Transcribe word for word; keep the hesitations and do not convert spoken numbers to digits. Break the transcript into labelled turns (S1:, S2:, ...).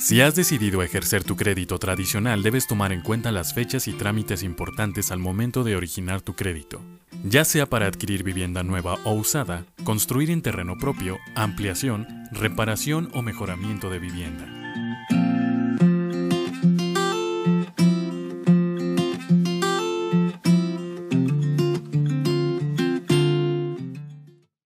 S1: Si has decidido ejercer tu crédito tradicional, debes tomar en cuenta las fechas y trámites importantes al momento de originar tu crédito, ya sea para adquirir vivienda nueva o usada, construir en terreno propio, ampliación, reparación o mejoramiento de vivienda.